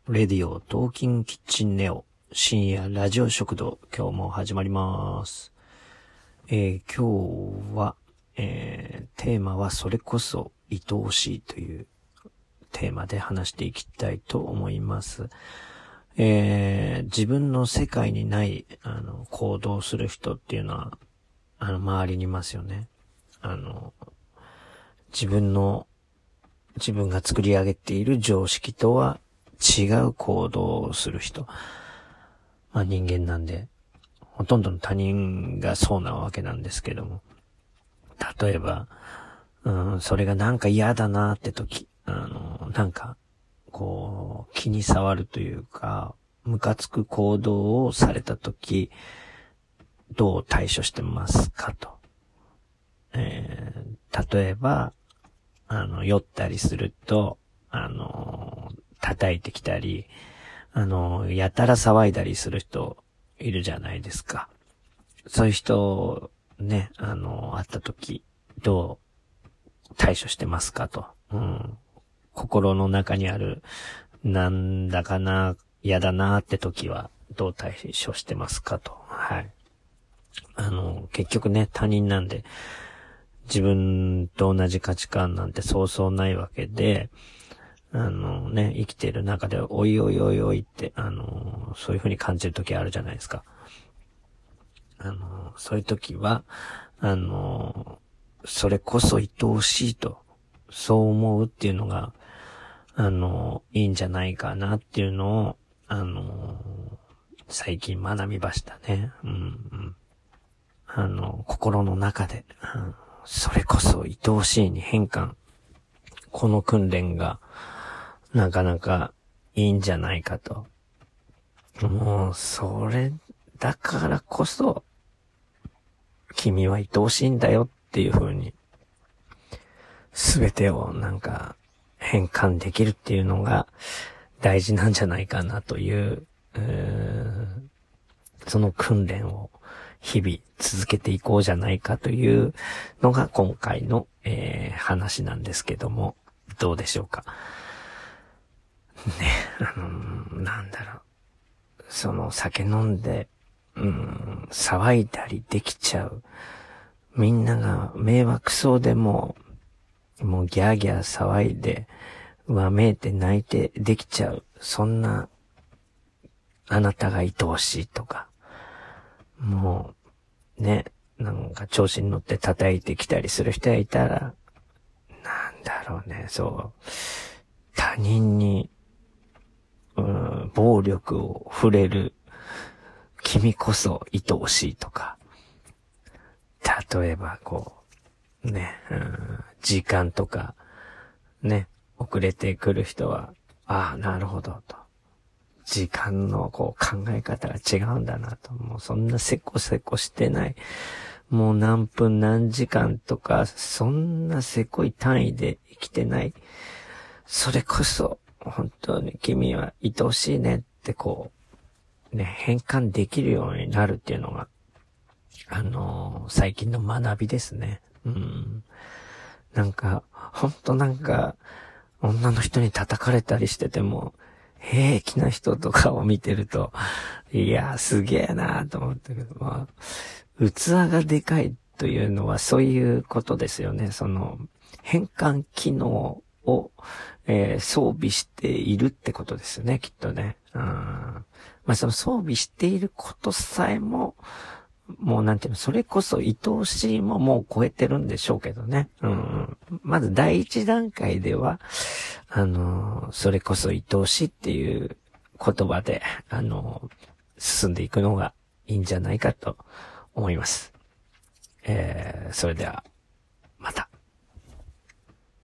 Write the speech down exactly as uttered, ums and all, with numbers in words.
レディオトーキンキッチンネオ深夜ラジオ食堂、今日も始まります。えー、今日は、えー、テーマはそれこそ愛おしいというテーマで話していきたいと思います。えー、自分の世界にないあの行動する人っていうのはあの周りにいますよね。あの自分の自分が作り上げている常識とは違う行動をする人。まあ人間なんで、ほとんどの他人がそうなわけなんですけども。例えば、うん、それがなんか嫌だなって時、あの、なんか、こう、気に障るというか、ムカつく行動をされた時、どう対処してますかと。えー、例えば、あの、酔ったりすると、あの、叩いてきたり、あの、やたら騒いだりする人いるじゃないですか。そういう人、ね、あの、会った時、どう対処してますかと。うん、心の中にある、なんだかな、嫌だなって時は、どう対処してますかと。はい。あの、結局ね、他人なんで、自分と同じ価値観なんてそうそうないわけで、あのね、生きている中で、おいおいおいおいって、あの、そういう風に感じる時あるじゃないですか。あの、そういう時は、あの、それこそ愛おしいと、そう思うっていうのが、あの、いいんじゃないかなっていうのを、あの、最近学びましたね。うん、うん。あの、心の中で、うん、それこそ愛おしいに変換。この訓練が、なかなかいいんじゃないかと。もう、それ、だからこそ、君は愛おしいんだよっていう風に、すべてをなんか変換できるっていうのが大事なんじゃないかなという、うーその訓練を日々続けていこうじゃないかというのが今回の、えー、話なんですけども、どうでしょうか。ね、あのー、なんだろう。その酒飲んで、うん、騒いだりできちゃう。みんなが迷惑そうでも、もうギャーギャー騒いで、わめいて泣いてできちゃう。そんな、あなたが愛おしいとか。もう、ね、なんか調子に乗って叩いてきたりする人がいたら、なんだろうね、そう。他人に、うん、暴力を触れる君こそ愛おしいとか。例えばこう、ね、うん、時間とか、ね、遅れてくる人は、ああ、なるほどと。時間のこう考え方が違うんだなと。もうそんなせこせこしてない。もう何分何時間とか、そんなせこい単位で生きてない。それこそ、本当に君は愛おしいねってこう、ね、変換できるようになるっていうのが、あのー、最近の学びですね。うん。なんか、本当なんか、女の人に叩かれたりしてても、平気な人とかを見てると、いや、すげえなーと思ったけど、まあ、器がでかいというのはそういうことですよね。その、変換機能を、えー、装備しているってことですよね、きっとね。うん、まあ、その装備していることさえも、もうなんていうの、それこそ愛おしいももう超えてるんでしょうけどね。うん。まず第一段階では、あの、それこそ愛おしいっていう言葉で、あの、進んでいくのがいいんじゃないかと思います。えー、それでは